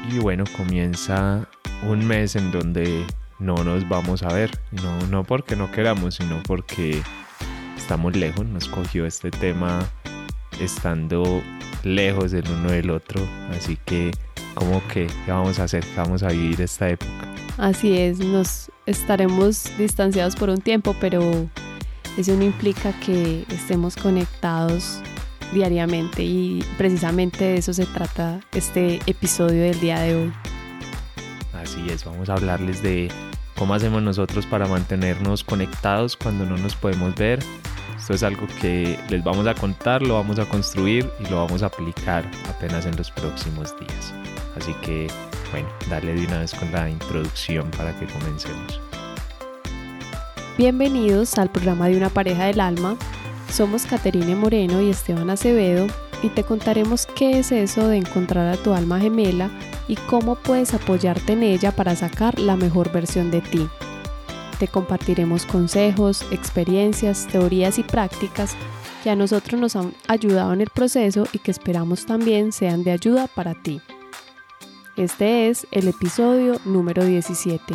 Y bueno, comienza un mes en donde no nos vamos a ver. No porque no queramos, sino porque estamos lejos. Nos cogió este tema estando lejos el uno del otro. Así que, ¿cómo que qué vamos a hacer? ¿Qué vamos a vivir esta época? Así es, nos estaremos distanciados por un tiempo, pero eso no implica que estemos conectados diariamente, y precisamente de eso se trata este episodio del día de hoy. Así es, vamos a hablarles de cómo hacemos nosotros para mantenernos conectados cuando no nos podemos ver. Esto es algo que les vamos a contar, lo vamos a construir y lo vamos a aplicar apenas en los próximos días. Así que, bueno, dale de una vez con la introducción para que comencemos. Bienvenidos al programa de Una Pareja del Alma. Somos Caterine Moreno y Esteban Acevedo y te contaremos qué es eso de encontrar a tu alma gemela y cómo puedes apoyarte en ella para sacar la mejor versión de ti. Te compartiremos consejos, experiencias, teorías y prácticas que a nosotros nos han ayudado en el proceso y que esperamos también sean de ayuda para ti. Este es el episodio número 17.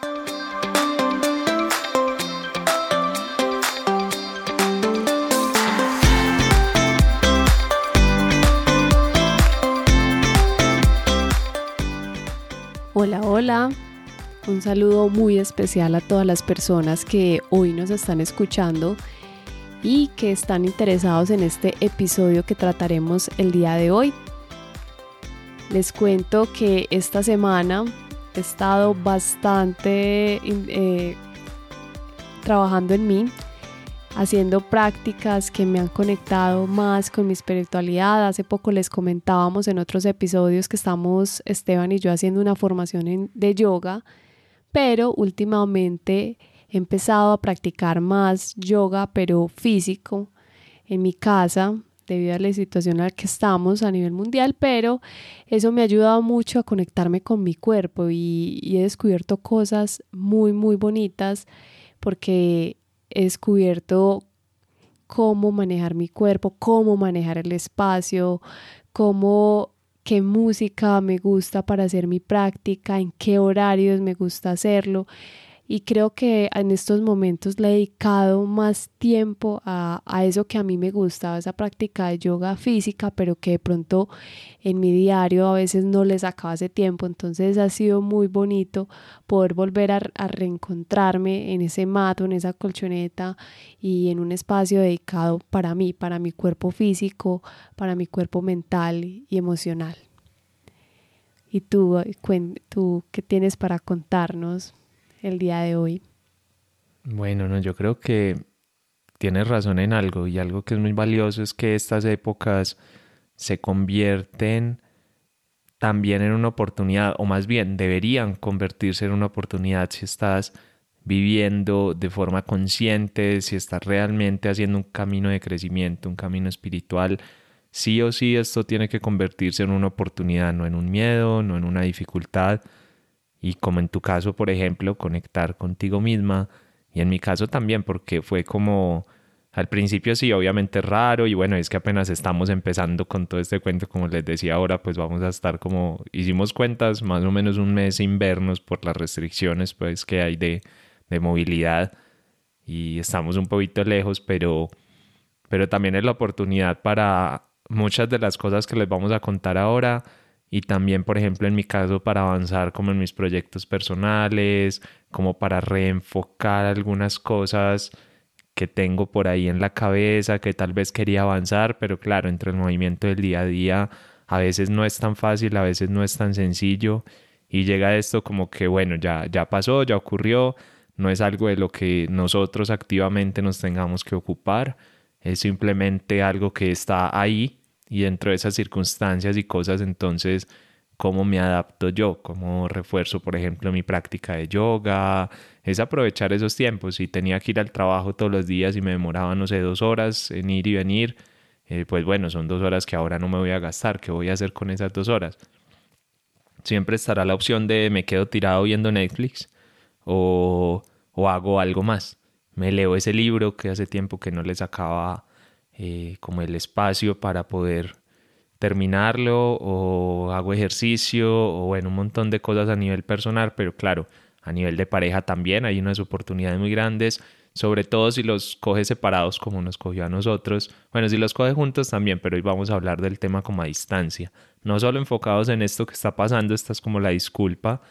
Hola, hola. Un saludo muy especial a todas las personas que hoy nos están escuchando y que están interesados en este episodio que trataremos el día de hoy. Les cuento que esta semana he estado bastante trabajando en mí, haciendo prácticas que me han conectado más con mi espiritualidad. Hace poco les comentábamos en otros episodios que estamos Esteban y yo haciendo una formación de yoga, pero últimamente he empezado a practicar más yoga, pero físico, en mi casa, debido a la situación en la que estamos a nivel mundial, pero eso me ha ayudado mucho a conectarme con mi cuerpo y he descubierto cosas muy, muy bonitas porque he descubierto cómo manejar mi cuerpo, cómo manejar el espacio, qué música me gusta para hacer mi práctica, en qué horarios me gusta hacerlo. Y creo que en estos momentos le he dedicado más tiempo a eso que a mí me gusta, a esa práctica de yoga física, pero que de pronto en mi diario a veces no le sacaba ese tiempo. Entonces ha sido muy bonito poder volver a reencontrarme en ese mato, en esa colchoneta y en un espacio dedicado para mí, para mi cuerpo físico, para mi cuerpo mental y emocional. ¿Y tú qué tienes para contarnos el día de hoy? Bueno, yo creo que tienes razón en algo, y algo que es muy valioso es que estas épocas se convierten también en una oportunidad, o más bien deberían convertirse en una oportunidad si estás viviendo de forma consciente, si estás realmente haciendo un camino de crecimiento, un camino espiritual. Sí o sí esto tiene que convertirse en una oportunidad, no en un miedo, no en una dificultad. Y como en tu caso, por ejemplo, conectar contigo misma, y en mi caso también, porque fue como al principio sí, obviamente raro, y bueno, es que apenas estamos empezando con todo este cuento, como les decía ahora, pues vamos a estar como, hicimos cuentas, más o menos un mes sin vernos por las restricciones pues que hay de movilidad, y estamos un poquito lejos, pero también es la oportunidad para muchas de las cosas que les vamos a contar ahora. Y también, por ejemplo, en mi caso, para avanzar como en mis proyectos personales, como para reenfocar algunas cosas que tengo por ahí en la cabeza, que tal vez quería avanzar, pero claro, entre el movimiento del día a día, a veces no es tan fácil, a veces no es tan sencillo, y llega esto como que, bueno, ya pasó, ya ocurrió, no es algo de lo que nosotros activamente nos tengamos que ocupar, es simplemente algo que está ahí. Y dentro de esas circunstancias y cosas, entonces, ¿cómo me adapto yo? ¿Cómo refuerzo, por ejemplo, mi práctica de yoga? Es aprovechar esos tiempos. Si tenía que ir al trabajo todos los días y me demoraba, no sé, 2 horas en ir y venir, pues bueno, son 2 horas que ahora no me voy a gastar. ¿Qué voy a hacer con esas 2 horas? Siempre estará la opción de me quedo tirado viendo Netflix o hago algo más. Me leo ese libro que hace tiempo que no le sacaba como el espacio para poder terminarlo o hago ejercicio o bueno, un montón de cosas a nivel personal, pero claro, a nivel de pareja también hay unas oportunidades muy grandes, sobre todo si los coges separados como nos cogió a nosotros. Bueno, si los coges juntos también, pero hoy vamos a hablar del tema como a distancia. No solo enfocados en esto que está pasando, esta es como la disculpa,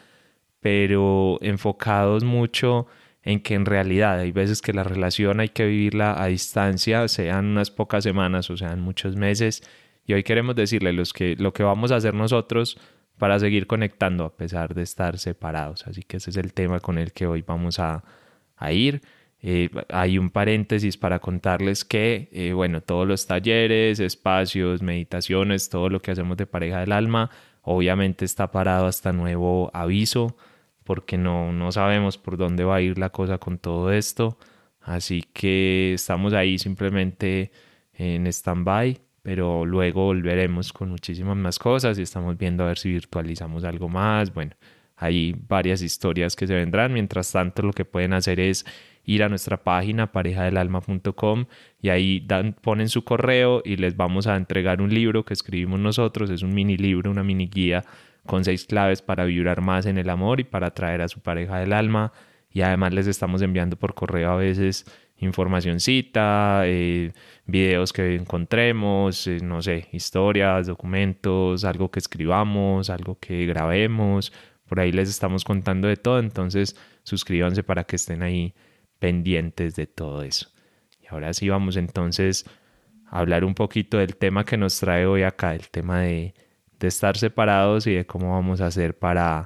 pero enfocados mucho en que en realidad hay veces que la relación hay que vivirla a distancia, sean unas pocas semanas o sean muchos meses. Y hoy queremos decirle lo que vamos a hacer nosotros para seguir conectando a pesar de estar separados. Así que ese es el tema con el que hoy vamos a ir. Hay un paréntesis para contarles que, bueno, todos los talleres, espacios, meditaciones, todo lo que hacemos de pareja del alma, obviamente está parado hasta nuevo aviso, porque no sabemos por dónde va a ir la cosa con todo esto. Así que estamos ahí simplemente en stand-by, pero luego volveremos con muchísimas más cosas y estamos viendo a ver si virtualizamos algo más. Bueno, hay varias historias que se vendrán. Mientras tanto, lo que pueden hacer es ir a nuestra página parejadelalma.com y ahí ponen su correo y les vamos a entregar un libro que escribimos nosotros. Es un mini libro, una mini guía con 6 claves para vibrar más en el amor y para atraer a su pareja del alma. Y además les estamos enviando por correo a veces informacioncita, videos que encontremos, no sé, historias, documentos, algo que escribamos, algo que grabemos. Por ahí les estamos contando de todo, entonces suscríbanse para que estén ahí pendientes de todo eso. Y ahora sí vamos entonces a hablar un poquito del tema que nos trae hoy acá, el tema de estar separados y de cómo vamos a hacer para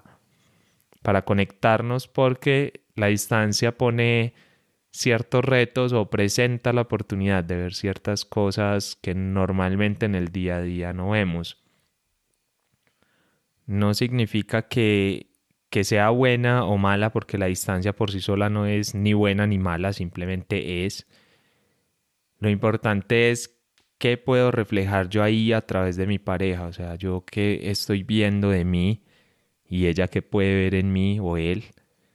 conectarnos, porque la distancia pone ciertos retos o presenta la oportunidad de ver ciertas cosas que normalmente en el día a día no vemos. No significa que sea buena o mala, porque la distancia por sí sola no es ni buena ni mala, simplemente es. Lo importante es qué puedo reflejar yo ahí a través de mi pareja, o sea, yo qué estoy viendo de mí y ella qué puede ver en mí o él,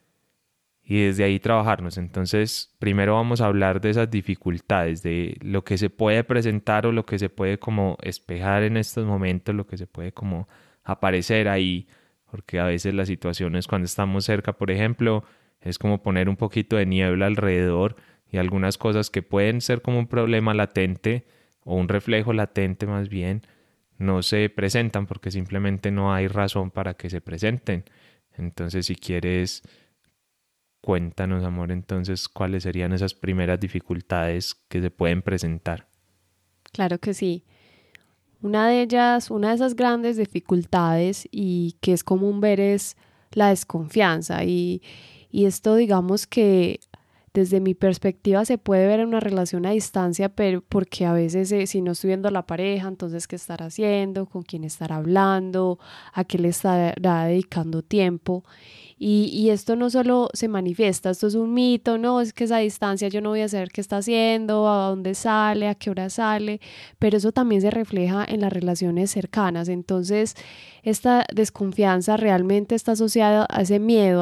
y desde ahí trabajarnos. Entonces, primero vamos a hablar de esas dificultades, de lo que se puede presentar o lo que se puede como espejar en estos momentos, lo que se puede como aparecer ahí, porque a veces las situaciones cuando estamos cerca, por ejemplo, es como poner un poquito de niebla alrededor y algunas cosas que pueden ser como un problema latente o un reflejo latente más bien, no se presentan porque simplemente no hay razón para que se presenten. Entonces, si quieres, cuéntanos, amor, entonces, ¿cuáles serían esas primeras dificultades que se pueden presentar? Claro que sí. Una de ellas, una de esas grandes dificultades y que es común ver es la desconfianza y esto digamos que desde mi perspectiva se puede ver en una relación a distancia, pero porque a veces si no estoy viendo a la pareja, entonces qué estar haciendo, con quién estar hablando, a qué le estará dedicando tiempo. Y esto no solo se manifiesta, esto es un mito, no, es que esa distancia yo no voy a saber qué está haciendo, a dónde sale, a qué hora sale, pero eso también se refleja en las relaciones cercanas. Entonces, esta desconfianza realmente está asociada a ese miedo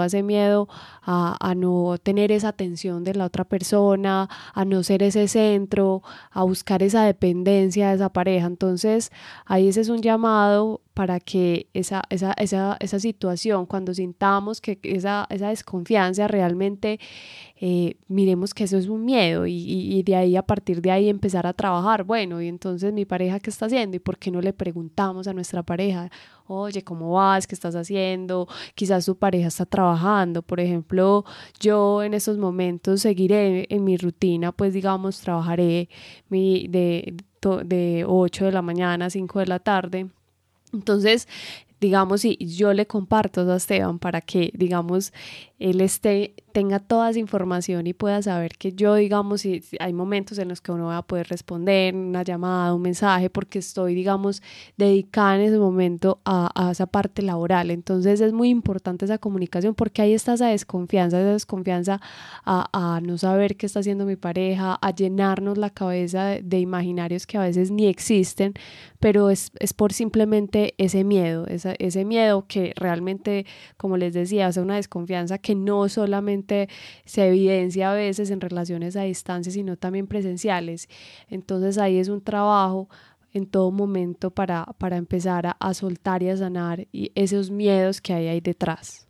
a no tener esa atención de la otra persona, a no ser ese centro, a buscar esa dependencia de esa pareja. Entonces, ahí ese es un llamado para que esa situación, cuando sintamos que esa desconfianza realmente miremos que eso es un miedo y de ahí, a partir de ahí, empezar a trabajar. Bueno, y entonces mi pareja, ¿qué está haciendo? ¿Y por qué no le preguntamos a nuestra pareja? Oye, ¿cómo vas? ¿Qué estás haciendo? Quizás tu pareja está trabajando. Por ejemplo, yo en estos momentos seguiré en mi rutina, pues digamos, trabajaré de 8 de la mañana a 5 de la tarde. Entonces, digamos, si yo le comparto eso a Esteban para que, digamos, él tenga toda esa información y pueda saber que yo, digamos, si hay momentos en los que uno va a poder responder una llamada, un mensaje, porque estoy, digamos, dedicada en ese momento a esa parte laboral. Entonces es muy importante esa comunicación, porque ahí está esa desconfianza a no saber qué está haciendo mi pareja, a llenarnos la cabeza de imaginarios que a veces ni existen, pero es por simplemente ese miedo, ese miedo que realmente, como les decía, es una desconfianza que no solamente se evidencia a veces en relaciones a distancia, sino también presenciales. Entonces ahí es un trabajo en todo momento para empezar a soltar y a sanar y esos miedos que hay ahí detrás.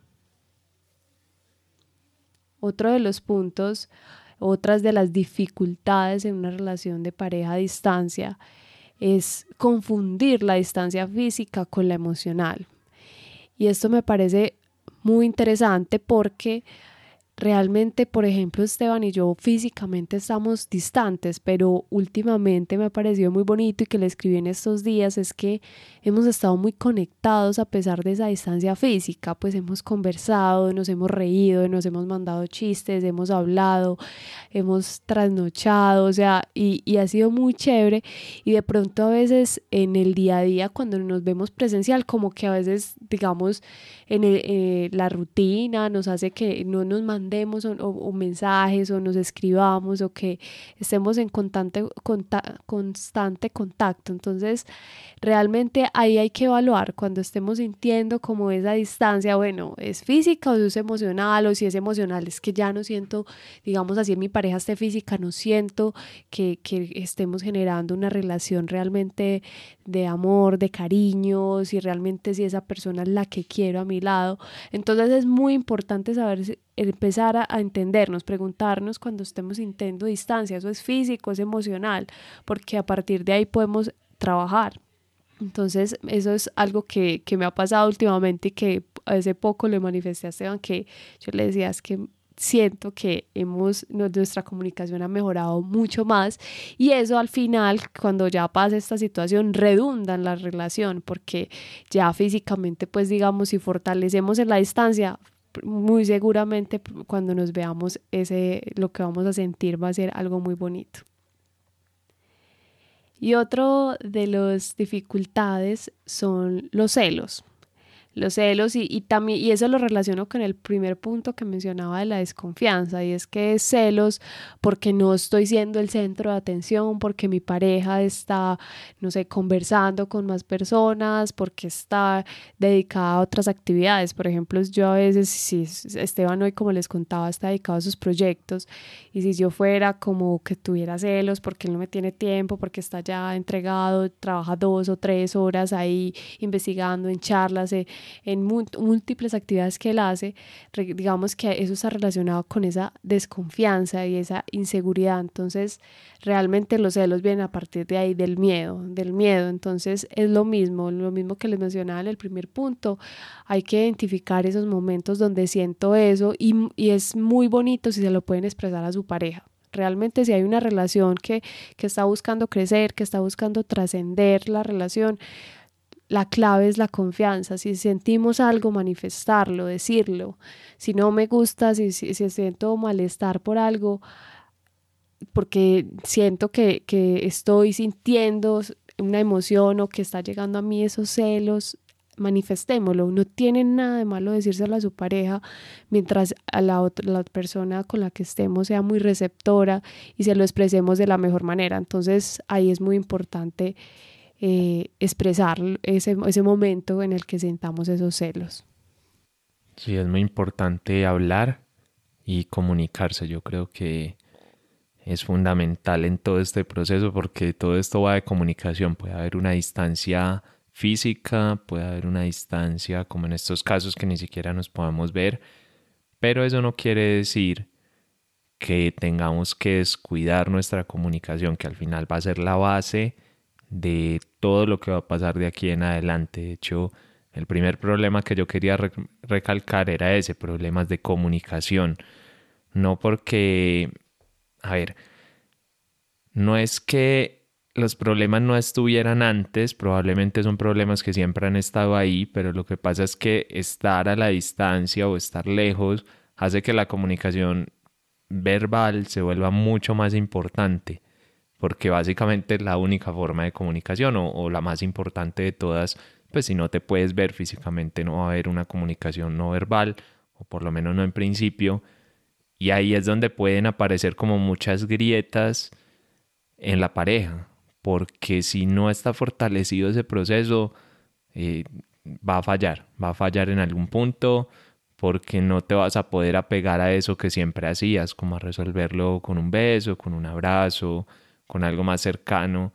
Otro de los puntos, otras de las dificultades en una relación de pareja a distancia es confundir la distancia física con la emocional. Y esto me parece muy interesante porque realmente, por ejemplo, Esteban y yo físicamente estamos distantes, pero últimamente me ha parecido muy bonito y que le escribí en estos días es que hemos estado muy conectados a pesar de esa distancia física, pues hemos conversado, nos hemos reído, nos hemos mandado chistes, hemos hablado, hemos trasnochado, o sea, y ha sido muy chévere y de pronto a veces en el día a día cuando nos vemos presencial, como que a veces, digamos, la rutina nos hace que no nos mandemos o mensajes o nos escribamos o que estemos en constante contacto. Entonces, realmente ahí hay que evaluar cuando estemos sintiendo como esa distancia, bueno, ¿es física o es emocional? O si es emocional, es que ya no siento, digamos así, en mi pareja esté física, no siento que estemos generando una relación realmente de amor, de cariño, si realmente si esa persona es la que quiero a mi lado. Entonces es muy importante saber empezar a entendernos, preguntarnos cuando estemos sintiendo distancia, eso es físico, es emocional, porque a partir de ahí podemos trabajar. Entonces eso es algo que me ha pasado últimamente y que hace poco le manifesté a Esteban, que yo le decía es que siento que nuestra comunicación ha mejorado mucho más y eso al final cuando ya pasa esta situación redunda en la relación porque ya físicamente pues digamos si fortalecemos en la distancia muy seguramente cuando nos veamos lo que vamos a sentir va a ser algo muy bonito. Y otro de las dificultades son los celos. Los celos y también, y eso lo relaciono con el primer punto que mencionaba de la desconfianza, y es que es celos porque no estoy siendo el centro de atención, porque mi pareja está, no sé, conversando con más personas, porque está dedicada a otras actividades. Por ejemplo, yo a veces, si Esteban hoy, como les contaba, está dedicado a sus proyectos, y si yo fuera como que tuviera celos porque él no me tiene tiempo, porque está ya entregado, trabaja 2 o 3 horas ahí investigando en charlas, en múltiples actividades que él hace, digamos que eso está relacionado con esa desconfianza y esa inseguridad. Entonces realmente los celos vienen a partir de ahí, del miedo. Entonces es lo mismo que les mencionaba en el primer punto, hay que identificar esos momentos donde siento eso y es muy bonito si se lo pueden expresar a su pareja. Realmente si hay una relación que está buscando crecer, que está buscando trascender la relación, la clave es la confianza. Si sentimos algo, manifestarlo, decirlo. Si no me gusta, si siento malestar por algo, porque siento que estoy sintiendo una emoción o que está llegando a mí esos celos, manifestémoslo. No tiene nada de malo decírselo a su pareja mientras a la persona con la que estemos sea muy receptora y se lo expresemos de la mejor manera. Entonces ahí es muy importante expresar ese momento en el que sintamos esos celos. Sí, es muy importante hablar y comunicarse. Yo creo que es fundamental en todo este proceso porque todo esto va de comunicación. Puede haber una distancia física, puede haber una distancia como en estos casos que ni siquiera nos podamos ver, pero eso no quiere decir que tengamos que descuidar nuestra comunicación, que al final va a ser la base de todo lo que va a pasar de aquí en adelante. De hecho, el primer problema que yo quería recalcar era ese, problemas de comunicación. No porque, a ver, no es que los problemas no estuvieran antes, probablemente son problemas que siempre han estado ahí, pero lo que pasa es que estar a la distancia o estar lejos hace que la comunicación verbal se vuelva mucho más importante, porque básicamente es la única forma de comunicación o la más importante de todas. Pues si no te puedes ver físicamente no va a haber una comunicación no verbal, o por lo menos no en principio, y ahí es donde pueden aparecer como muchas grietas en la pareja, porque si no está fortalecido ese proceso, va a fallar en algún punto, porque no te vas a poder apegar a eso que siempre hacías, como a resolverlo con un beso, con un abrazo, con algo más cercano,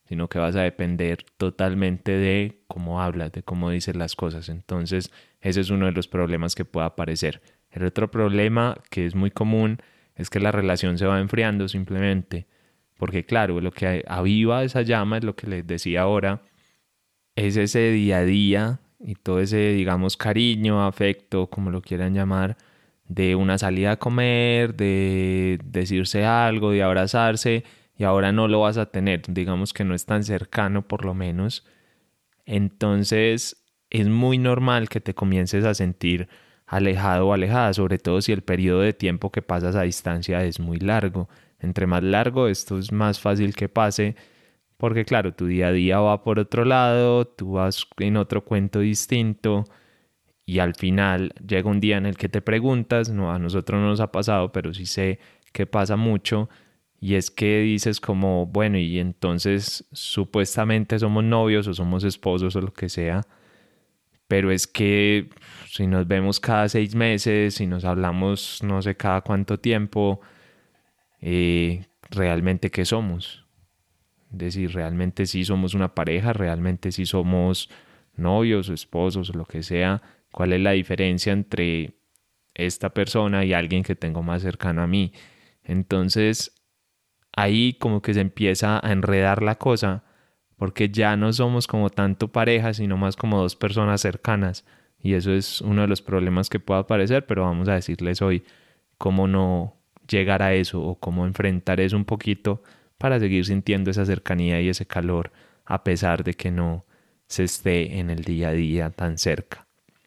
sino que vas a depender totalmente de cómo hablas, de cómo dices las cosas. Entonces, ese es uno de los problemas que puede aparecer. El otro problema que es muy común es que la relación se va enfriando simplemente, porque claro, lo que aviva esa llama es lo que les decía ahora, es ese día a día y todo ese, digamos, cariño, afecto, como lo quieran llamar, de una salida a comer, de decirse algo, de abrazarse, y ahora no lo vas a tener, digamos que no es tan cercano por lo menos. Entonces es muy normal que te comiences a sentir alejado o alejada, sobre todo si el periodo de tiempo que pasas a distancia es muy largo. Entre más largo, esto es más fácil que pase, porque claro, tu día a día va por otro lado, tú vas en otro cuento distinto y al final llega un día en el que te preguntas, no, a nosotros no nos ha pasado, pero sí sé que pasa mucho, y es que dices como, bueno, y entonces supuestamente somos novios o somos esposos o lo que sea, pero es que si nos vemos cada 6 meses, si nos hablamos no sé cada cuánto tiempo, realmente qué somos. Es decir, realmente sí somos una pareja, realmente sí somos novios o esposos o lo que sea. ¿Cuál es la diferencia entre esta persona y alguien que tengo más cercano a mí? Entonces, ahí como que se empieza a enredar la cosa, porque ya no somos como tanto pareja, sino más como dos personas cercanas. Y eso es uno de los problemas que puede aparecer, pero vamos a decirles hoy cómo no llegar a eso o cómo enfrentar eso un poquito para seguir sintiendo esa cercanía y ese calor a pesar de que no se esté en el día a día tan cerca.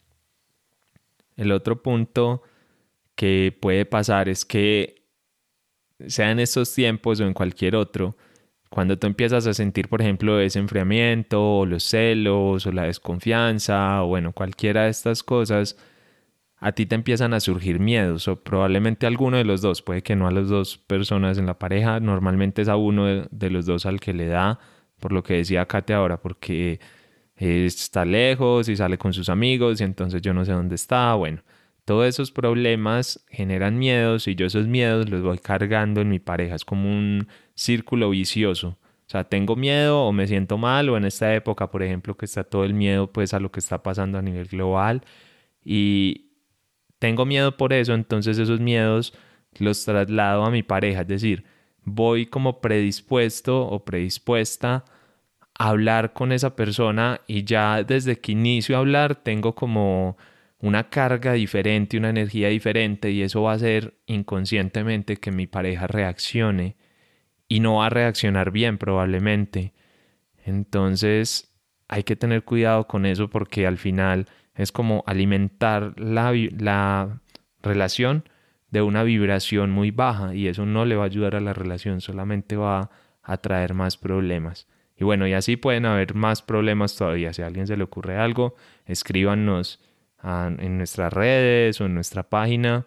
El otro punto que puede pasar es que, sea en estos tiempos o en cualquier otro, cuando tú empiezas a sentir, por ejemplo, ese enfriamiento o los celos o la desconfianza o bueno, cualquiera de estas cosas, a ti te empiezan a surgir miedos o probablemente a alguno de los dos, puede que no a las dos personas en la pareja, normalmente es a uno de los dos al que le da, por lo que decía Kate ahora, porque está lejos y sale con sus amigos y entonces yo no sé dónde está, bueno, todos esos problemas generan miedos y yo esos miedos los voy cargando en mi pareja, es como un círculo vicioso. O sea, tengo miedo o me siento mal o en esta época, por ejemplo, que está todo el miedo pues a lo que está pasando a nivel global y tengo miedo por eso, entonces esos miedos los traslado a mi pareja, es decir, voy como predispuesto o predispuesta a hablar con esa persona y ya desde que inicio a hablar tengo como una carga diferente, una energía diferente y eso va a hacer inconscientemente que mi pareja reaccione y no va a reaccionar bien probablemente. Entonces hay que tener cuidado con eso porque al final es como alimentar la relación de una vibración muy baja y eso no le va a ayudar a la relación, solamente va a traer más problemas. Y bueno, y así pueden haber más problemas todavía. Si a alguien se le ocurre algo, escríbanos en nuestras redes o en nuestra página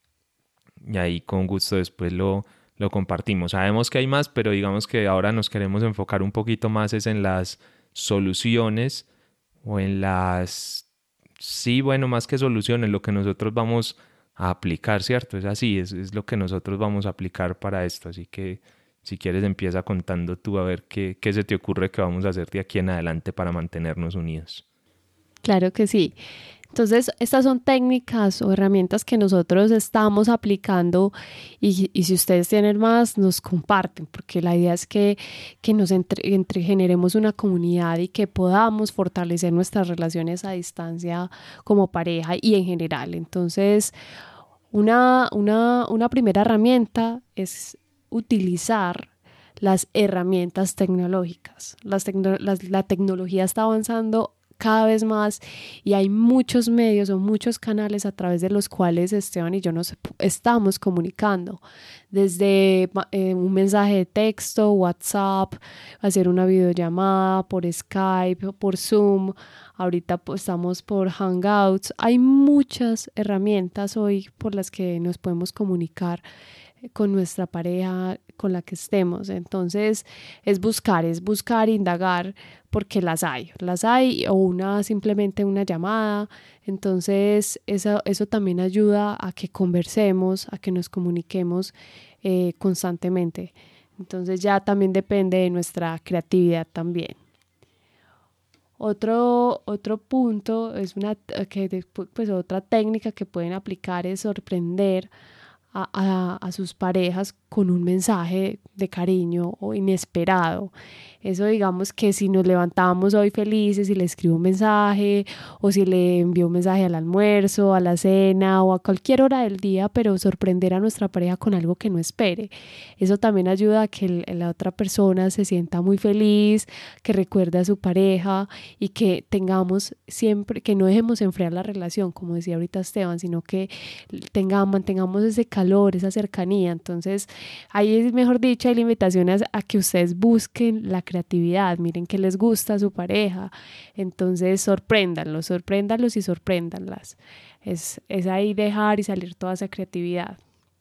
y ahí con gusto después lo compartimos. Sabemos que hay más, pero digamos que ahora nos queremos enfocar un poquito más es en las soluciones o en las, sí, bueno, más que soluciones, lo que nosotros vamos a aplicar, ¿cierto? Es así, es lo que nosotros vamos a aplicar para esto. Así que si quieres empieza contando tú a ver qué se te ocurre que vamos a hacer de aquí en adelante para mantenernos unidos. Claro que sí. Entonces, estas son técnicas o herramientas que nosotros estamos aplicando y si ustedes tienen más, nos comparten, porque la idea es que nos generemos una comunidad y que podamos fortalecer nuestras relaciones a distancia como pareja y en general. Entonces, una primera herramienta es utilizar las herramientas tecnológicas. La tecnología está avanzando cada vez más y hay muchos medios o muchos canales a través de los cuales Esteban y yo nos estamos comunicando, desde un mensaje de texto, WhatsApp, hacer una videollamada por Skype, por Zoom, ahorita pues, estamos por Hangouts. Hay muchas herramientas hoy por las que nos podemos comunicar con nuestra pareja con la que estemos. Entonces es buscar, indagar, porque las hay, o simplemente una llamada. Entonces eso también ayuda a que conversemos, a que nos comuniquemos constantemente. Entonces ya también depende de nuestra creatividad también. Otro punto es pues otra técnica que pueden aplicar es sorprender a sus parejas con un mensaje de cariño o inesperado. Eso digamos que si nos levantamos hoy felices y le escribo un mensaje o si le envío un mensaje al almuerzo, a la cena o a cualquier hora del día, pero sorprender a nuestra pareja con algo que no espere. Eso también ayuda a que la otra persona se sienta muy feliz, que recuerde a su pareja y que tengamos siempre, que no dejemos enfriar la relación, como decía ahorita Esteban, sino que mantengamos ese calor, esa cercanía. Entonces, ahí es mejor dicho, hay la invitación a que ustedes busquen la creatividad, miren qué les gusta a su pareja, entonces sorpréndanlos y sorpréndanlas. Es ahí dejar y salir toda esa creatividad.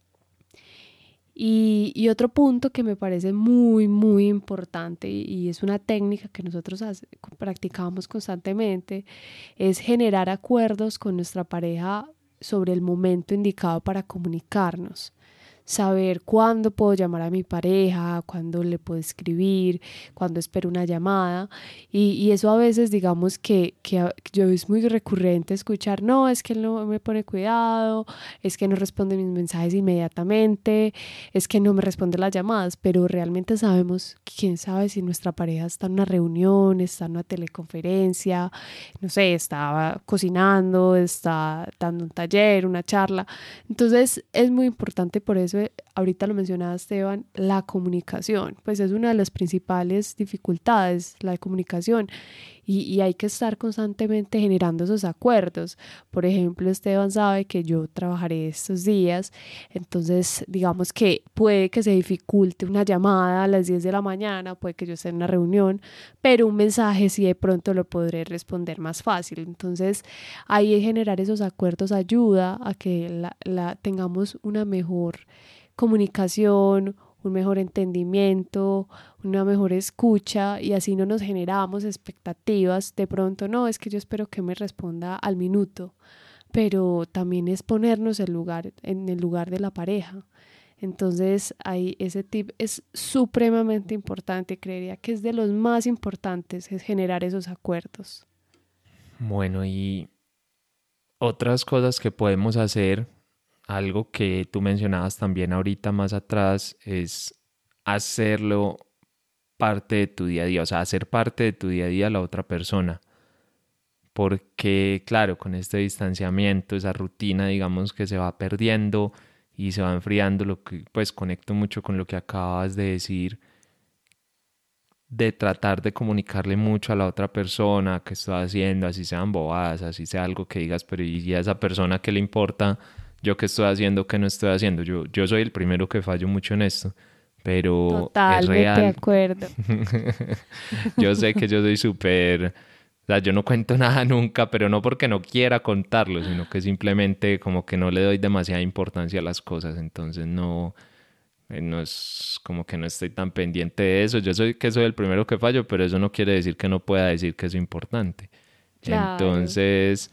Y otro punto que me parece muy, muy importante y es una técnica que nosotros practicamos constantemente, es generar acuerdos con nuestra pareja sobre el momento indicado para comunicarnos. Saber cuándo puedo llamar a mi pareja, cuándo le puedo escribir, cuándo espero una llamada y eso a veces digamos que yo es muy recurrente escuchar, no, es que él no me pone cuidado, es que no responde mis mensajes inmediatamente, es que no me responde las llamadas, pero realmente sabemos, quién sabe si nuestra pareja está en una reunión, está en una teleconferencia, no sé, está cocinando, está dando un taller, una charla, entonces es muy importante por eso. Ahorita lo mencionaba Esteban, la comunicación, pues es una de las principales dificultades, la comunicación, y hay que estar constantemente generando esos acuerdos. Por ejemplo, Esteban sabe que yo trabajaré estos días, entonces digamos que puede que se dificulte una llamada a las 10 de la mañana, puede que yo esté en una reunión, pero un mensaje sí de pronto lo podré responder más fácil. Entonces ahí generar esos acuerdos ayuda a que tengamos una mejor comunicación, un mejor entendimiento, una mejor escucha y así no nos generamos expectativas. De pronto, no, es que yo espero que me responda al minuto, pero también es ponernos en el lugar de la pareja. Entonces, ahí ese tip es supremamente importante, creería que es de los más importantes, es generar esos acuerdos. Bueno, y otras cosas que podemos hacer, algo que tú mencionabas también ahorita más atrás, es hacerlo parte de tu día a día, o sea, hacer parte de tu día a día la otra persona. Porque, claro, con este distanciamiento, esa rutina, digamos que se va perdiendo y se va enfriando, lo que pues conecto mucho con lo que acabas de decir, de tratar de comunicarle mucho a la otra persona qué estoy haciendo, así sean bobadas, así sea algo que digas, pero y a esa persona qué le importa yo qué estoy haciendo, qué no estoy haciendo. Yo soy el primero que fallo mucho en esto, pero es Totalmente de real. acuerdo. Yo sé que yo soy súper, o sea, yo no cuento nada nunca, pero no porque no quiera contarlo, sino que simplemente como que no le doy demasiada importancia a las cosas, entonces no es como que no estoy tan pendiente de eso. Yo soy el primero que fallo, pero eso no quiere decir que no pueda decir que es importante. Claro. Entonces,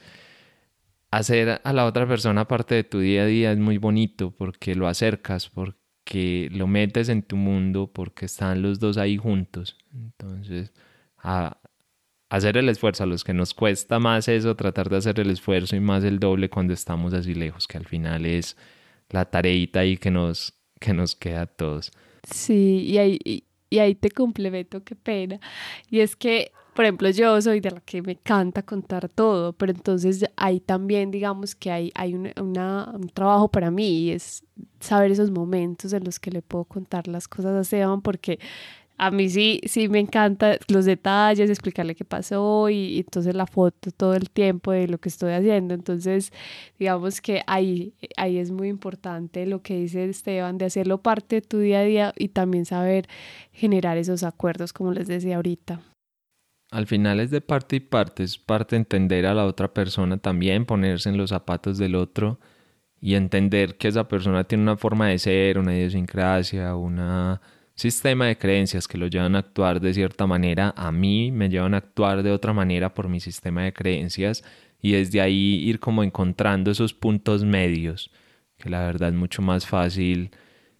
hacer a la otra persona parte de tu día a día es muy bonito porque lo acercas, porque lo metes en tu mundo, porque están los dos ahí juntos. Entonces, a hacer el esfuerzo, a los que nos cuesta más eso, tratar de hacer el esfuerzo y más el doble cuando estamos así lejos, que al final es la tareita ahí que nos queda a todos. Sí, y ahí te complemento, qué pena. Y es que, por ejemplo, yo soy de la que me encanta contar todo, pero entonces ahí también digamos que hay un trabajo para mí y es saber esos momentos en los que le puedo contar las cosas a Esteban, porque a mí sí me encanta los detalles, explicarle qué pasó y entonces la foto todo el tiempo de lo que estoy haciendo. Entonces, digamos que ahí es muy importante lo que dice Esteban, de hacerlo parte de tu día a día y también saber generar esos acuerdos, como les decía ahorita. Al final es de parte y parte, es parte entender a la otra persona también, ponerse en los zapatos del otro y entender que esa persona tiene una forma de ser, una idiosincrasia, un sistema de creencias que lo llevan a actuar de cierta manera. A mí me llevan a actuar de otra manera por mi sistema de creencias y desde ahí ir como encontrando esos puntos medios, que la verdad es mucho más fácil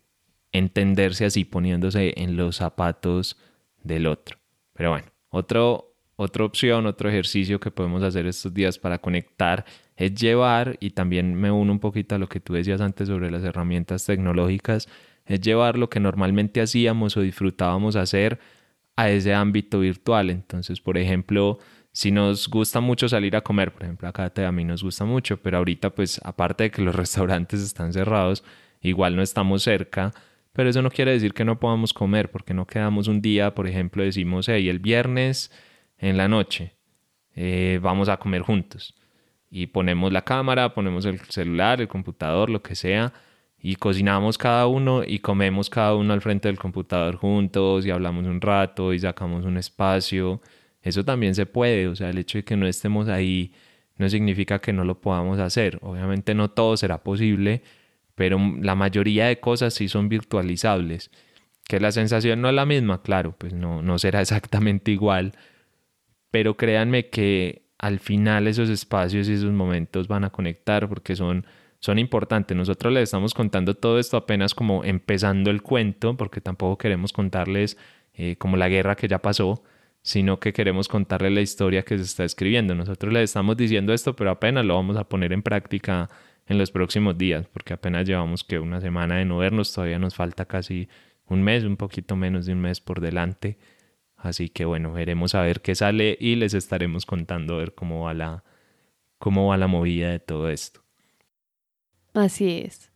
entenderse así, poniéndose en los zapatos del otro. Pero bueno, otra opción, otro ejercicio que podemos hacer estos días para conectar es llevar, y también me uno un poquito a lo que tú decías antes sobre las herramientas tecnológicas, es llevar lo que normalmente hacíamos o disfrutábamos hacer a ese ámbito virtual. Entonces, por ejemplo, si nos gusta mucho salir a comer, por ejemplo, acá a mí nos gusta mucho, pero ahorita pues aparte de que los restaurantes están cerrados, igual no estamos cerca, pero eso no quiere decir que no podamos comer, porque no quedamos un día, por ejemplo, decimos, hey, el viernes en la noche vamos a comer juntos. Y ponemos la cámara, ponemos el celular, el computador, lo que sea, y cocinamos cada uno y comemos cada uno al frente del computador juntos y hablamos un rato y sacamos un espacio. Eso también se puede, o sea, el hecho de que no estemos ahí no significa que no lo podamos hacer. Obviamente no todo será posible, pero la mayoría de cosas sí son virtualizables. Que la sensación no es la misma, claro, pues no será exactamente igual, pero créanme que al final esos espacios y esos momentos van a conectar porque son importantes. Nosotros les estamos contando todo esto apenas como empezando el cuento, porque tampoco queremos contarles como la guerra que ya pasó, sino que queremos contarles la historia que se está escribiendo. Nosotros les estamos diciendo esto, pero apenas lo vamos a poner en práctica en los próximos días, porque apenas llevamos que una semana de no vernos, todavía nos falta casi un mes, un poquito menos de un mes por delante. Así que bueno, veremos a ver qué sale y les estaremos contando a ver cómo va la movida de todo esto. Así es.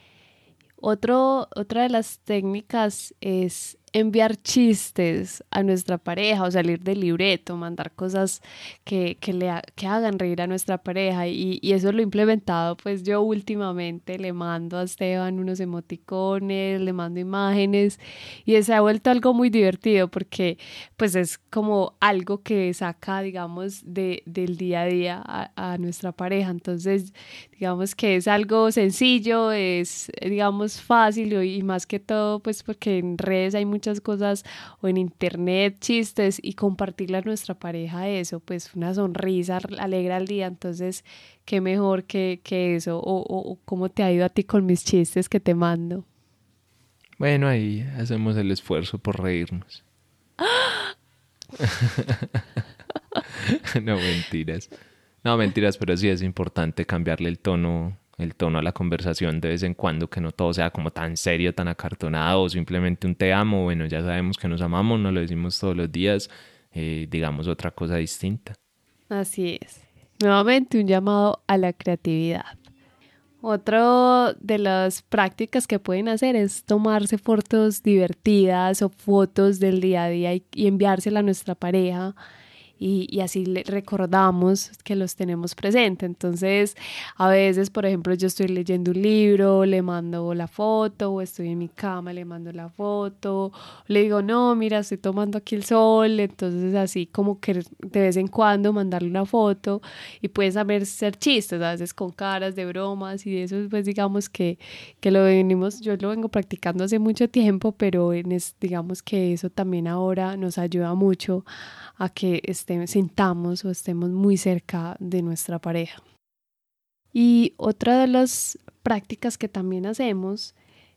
Otra de las técnicas es enviar chistes a nuestra pareja o salir del libreto, mandar cosas que hagan reír a nuestra pareja y eso lo he implementado pues yo últimamente, le mando a Esteban unos emoticones, le mando imágenes y se ha vuelto algo muy divertido porque pues es como algo que saca digamos del día a día a nuestra pareja, entonces digamos que es algo sencillo, es digamos fácil y más que todo pues porque en redes hay muchas cosas o en internet chistes y compartirle a nuestra pareja eso, pues una sonrisa alegra el día, entonces qué mejor que eso o cómo te ha ido a ti con mis chistes que te mando. Bueno, ahí hacemos el esfuerzo por reírnos. No, mentiras. No, mentiras, pero sí es importante cambiarle el tono a la conversación de vez en cuando, que no todo sea como tan serio, tan acartonado o simplemente un te amo. Bueno, ya sabemos que nos amamos, no lo decimos todos los días, digamos otra cosa distinta. Así es. Nuevamente un llamado a la creatividad. Otro de las prácticas que pueden hacer es tomarse fotos divertidas o fotos del día a día y enviársela a nuestra pareja y así le recordamos que los tenemos presentes. Entonces, a veces, por ejemplo, yo estoy leyendo un libro, le mando la foto, o estoy en mi cama, le mando la foto, le digo, no, mira, estoy tomando aquí el sol. Entonces, así como que de vez en cuando mandarle una foto y puede saber ser chistes, a veces con caras de bromas y de eso, pues digamos que yo lo vengo practicando hace mucho tiempo, pero digamos que eso también ahora nos ayuda mucho a que sintamos o estemos muy cerca de nuestra pareja. Y otra de las prácticas que también hacemos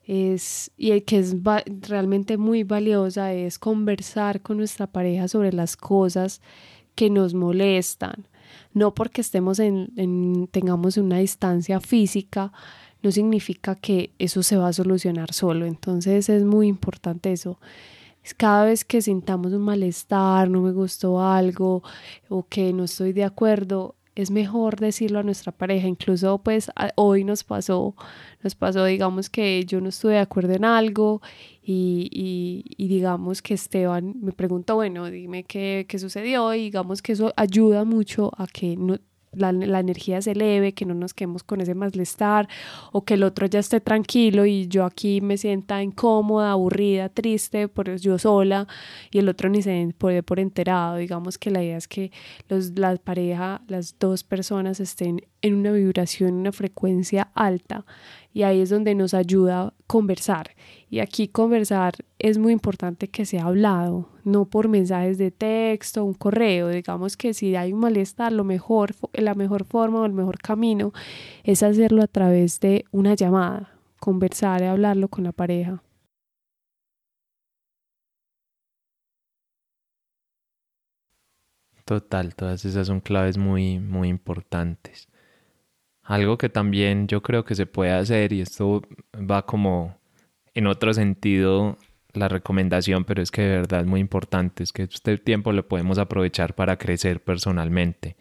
y que es realmente muy valiosa es conversar con nuestra pareja sobre las cosas que nos molestan. No porque tengamos una distancia física, no significa que eso se va a solucionar solo. Entonces es muy importante eso. Cada vez que sintamos un malestar, no me gustó algo o que no estoy de acuerdo, es mejor decirlo a nuestra pareja. Incluso pues hoy nos pasó digamos que yo no estuve de acuerdo en algo y digamos que Esteban me preguntó, bueno, dime qué sucedió y digamos que eso ayuda mucho a que no, la energía se eleve, que no nos quedemos con ese malestar o que el otro ya esté tranquilo y yo aquí me sienta incómoda, aburrida, triste, por yo sola y el otro ni se puede por enterado. Digamos que la idea es que la pareja, las dos personas estén en una vibración, una frecuencia alta y ahí es donde nos ayuda a conversar. Y aquí conversar es muy importante que sea hablado, no por mensajes de texto, un correo. Digamos que si hay un malestar, la mejor forma o el mejor camino es hacerlo a través de una llamada, conversar y hablarlo con la pareja. Total, todas esas son claves muy, muy importantes. Algo que también yo creo que se puede hacer, y esto va como en otro sentido la recomendación, pero es que de verdad es muy importante, es que este tiempo lo podemos aprovechar para crecer personalmente,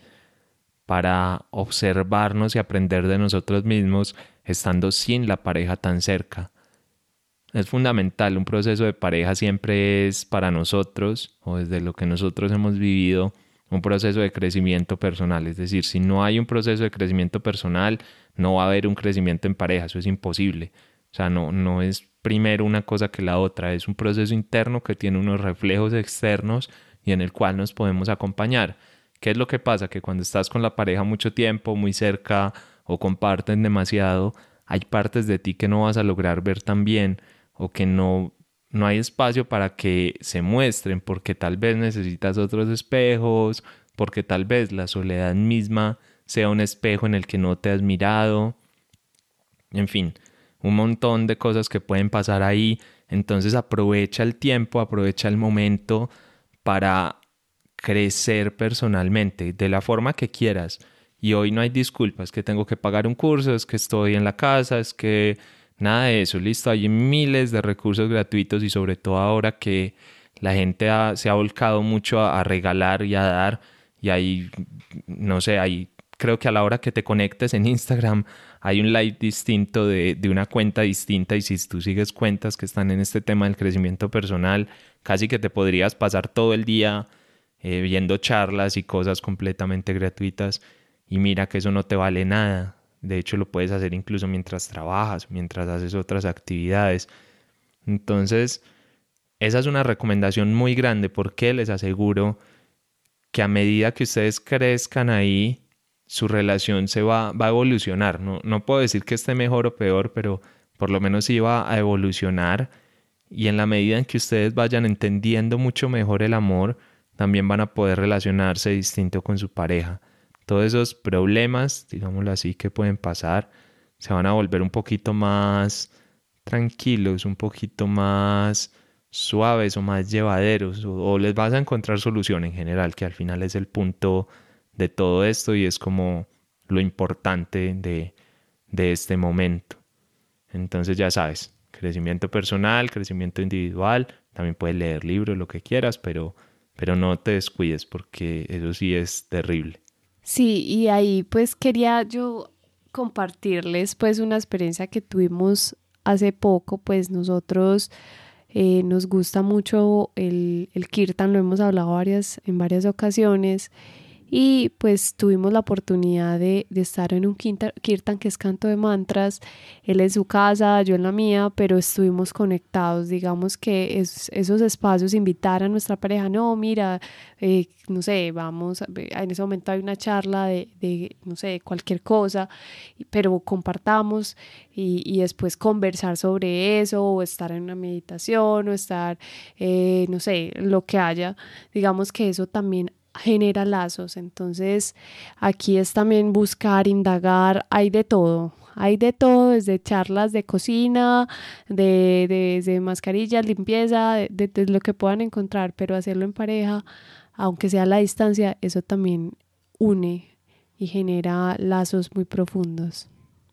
para observarnos y aprender de nosotros mismos estando sin la pareja tan cerca. Es fundamental, un proceso de pareja siempre es para nosotros, o desde lo que nosotros hemos vivido, un proceso de crecimiento personal. Es decir, si no hay un proceso de crecimiento personal, no va a haber un crecimiento en pareja, eso es imposible. O sea, no es primero una cosa que la otra, es un proceso interno que tiene unos reflejos externos y en el cual nos podemos acompañar. ¿Qué es lo que pasa? Que cuando estás con la pareja mucho tiempo, muy cerca o comparten demasiado, hay partes de ti que no vas a lograr ver tan bien o que no hay espacio para que se muestren porque tal vez necesitas otros espejos, porque tal vez la soledad misma sea un espejo en el que no te has mirado. En fin, un montón de cosas que pueden pasar ahí. Entonces aprovecha el tiempo, aprovecha el momento para crecer personalmente de la forma que quieras. Y hoy no hay disculpas, que tengo que pagar un curso, es que estoy en la casa, es que nada de eso, listo. Hay miles de recursos gratuitos y sobre todo ahora que la gente se ha volcado mucho a regalar y a dar. Y ahí, no sé, ahí creo que a la hora que te conectes en Instagram hay un live distinto de una cuenta distinta y si tú sigues cuentas que están en este tema del crecimiento personal, casi que te podrías pasar todo el día viendo charlas y cosas completamente gratuitas y mira que eso no te vale nada. De hecho, lo puedes hacer incluso mientras trabajas, mientras haces otras actividades. Entonces, esa es una recomendación muy grande porque les aseguro que a medida que ustedes crezcan ahí, su relación va a evolucionar. No puedo decir que esté mejor o peor, pero por lo menos sí va a evolucionar. Y en la medida en que ustedes vayan entendiendo mucho mejor el amor, también van a poder relacionarse distinto con su pareja. Todos esos problemas, digámoslo así, que pueden pasar, se van a volver un poquito más tranquilos, un poquito más suaves o más llevaderos, o les vas a encontrar solución en general, que al final es el punto de todo esto y es como lo importante de este momento. Entonces ya sabes, crecimiento personal, crecimiento individual, también puedes leer libros, lo que quieras, pero no te descuides porque eso sí es terrible. Sí, y ahí pues quería yo compartirles pues una experiencia que tuvimos hace poco, pues nosotros nos gusta mucho el kirtan, lo hemos hablado en varias ocasiones y pues tuvimos la oportunidad de estar en un kirtan que es canto de mantras, él en su casa, yo en la mía, pero estuvimos conectados, digamos que esos espacios invitar a nuestra pareja, no, mira, no sé, vamos, en ese momento hay una charla no sé, cualquier cosa, pero compartamos y después conversar sobre eso o estar en una meditación o estar, no sé, lo que haya, digamos que eso también genera lazos. Entonces aquí es también buscar, indagar, hay de todo, desde charlas de cocina, de mascarillas, limpieza, de lo que puedan encontrar, pero hacerlo en pareja, aunque sea a la distancia, eso también une y genera lazos muy profundos.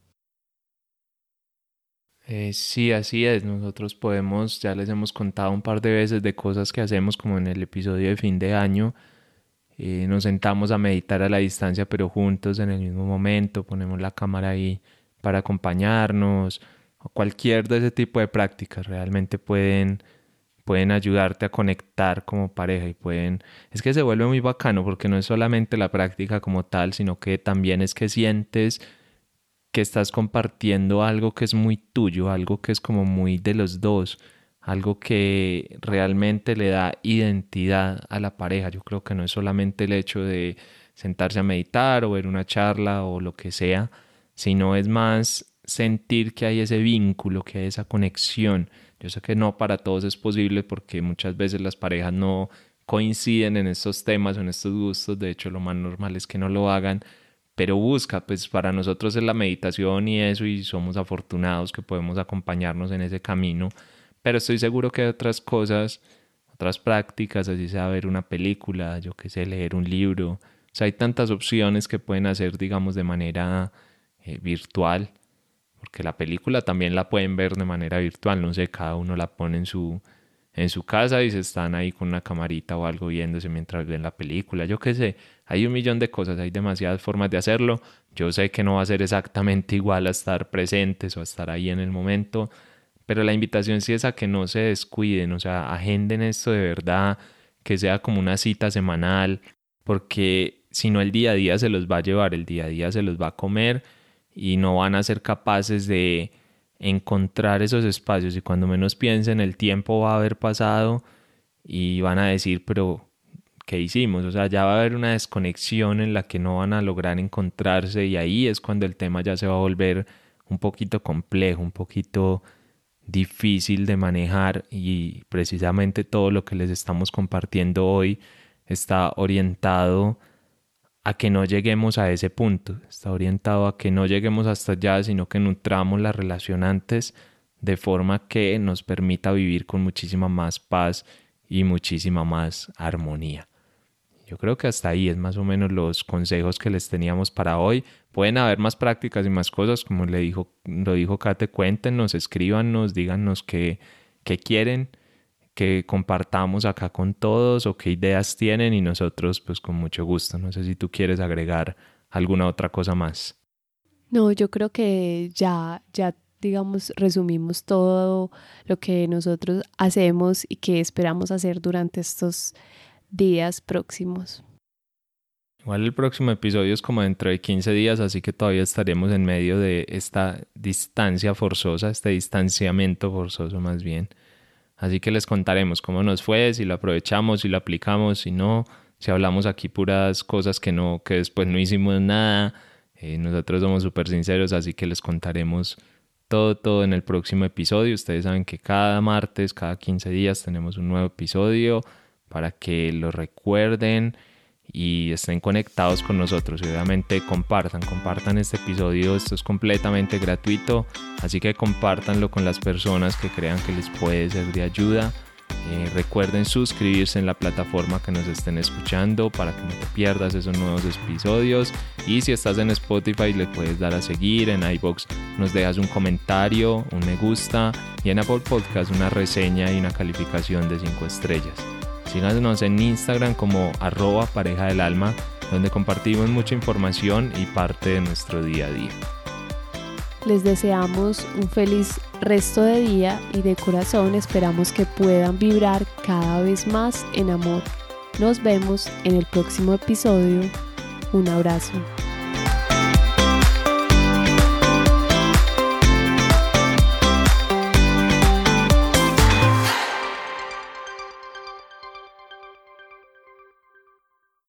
Sí, así es. Nosotros podemos, ya les hemos contado un par de veces de cosas que hacemos como en el episodio de fin de año. Nos sentamos a meditar a la distancia, pero juntos en el mismo momento. Ponemos la cámara ahí para acompañarnos. O cualquier de ese tipo de prácticas realmente pueden ayudarte a conectar como pareja y es que se vuelve muy bacano porque no es solamente la práctica como tal, sino que también es que sientes que estás compartiendo algo que es muy tuyo, algo que es como muy de los dos, algo que realmente le da identidad a la pareja. Yo creo que no es solamente el hecho de sentarse a meditar o ver una charla o lo que sea, sino es más sentir que hay ese vínculo, que hay esa conexión. Yo sé que no para todos es posible porque muchas veces las parejas no coinciden en estos temas o en estos gustos, de hecho lo más normal es que no lo hagan, pero busca, pues para nosotros es la meditación y eso y somos afortunados que podemos acompañarnos en ese camino, pero estoy seguro que hay otras cosas, otras prácticas, así sea ver una película, yo qué sé, leer un libro. O sea, hay tantas opciones que pueden hacer, digamos, de manera virtual, porque la película también la pueden ver de manera virtual, no sé, cada uno la pone en su casa y se están ahí con una camarita o algo viéndose mientras ven la película, yo qué sé, hay un millón de cosas, hay demasiadas formas de hacerlo. Yo sé que no va a ser exactamente igual a estar presentes o a estar ahí en el momento, pero la invitación sí es a que no se descuiden, o sea, agenden esto de verdad, que sea como una cita semanal, porque si no el día a día se los va a llevar, el día a día se los va a comer y no van a ser capaces de encontrar esos espacios, y cuando menos piensen el tiempo va a haber pasado y van a decir, pero ¿qué hicimos? O sea, ya va a haber una desconexión en la que no van a lograr encontrarse, y ahí es cuando el tema ya se va a volver un poquito complejo, un poquito difícil de manejar, y precisamente todo lo que les estamos compartiendo hoy está orientado a que no lleguemos a ese punto, está orientado a que no lleguemos hasta allá, sino que nutramos la relación antes, de forma que nos permita vivir con muchísima más paz y muchísima más armonía. Yo creo que hasta ahí es más o menos los consejos que les teníamos para hoy. Pueden haber más prácticas y más cosas, como lo dijo Kate, cuéntenos, escríbanos, díganos qué quieren que compartamos acá con todos o qué ideas tienen, y nosotros pues con mucho gusto. No sé si tú quieres agregar alguna otra cosa más. No, yo creo que ya digamos, resumimos todo lo que nosotros hacemos y que esperamos hacer durante estos días próximos. Igual el próximo episodio es como dentro de 15 días, así que todavía estaremos en medio de esta distancia forzosa, este distanciamiento forzoso más bien. Así que les contaremos cómo nos fue, si lo aprovechamos, si lo aplicamos, si no, si hablamos aquí puras cosas que después no hicimos nada. Nosotros somos súper sinceros, así que les contaremos todo en el próximo episodio. Ustedes saben que cada martes, cada 15 días tenemos un nuevo episodio para que lo recuerden y estén conectados con nosotros. Y obviamente compartan este episodio. Esto es completamente gratuito, así que compártanlo con las personas que crean que les puede ser de ayuda. Recuerden suscribirse en la plataforma que nos estén escuchando para que no te pierdas esos nuevos episodios, y si estás en Spotify le puedes dar a seguir, en iVoox nos dejas un comentario, un me gusta, y en Apple Podcast una reseña y una calificación de 5 estrellas. Síganos en Instagram como @parejadelalma, donde compartimos mucha información y parte de nuestro día a día. Les deseamos un feliz resto de día y de corazón esperamos que puedan vibrar cada vez más en amor. Nos vemos en el próximo episodio. Un abrazo.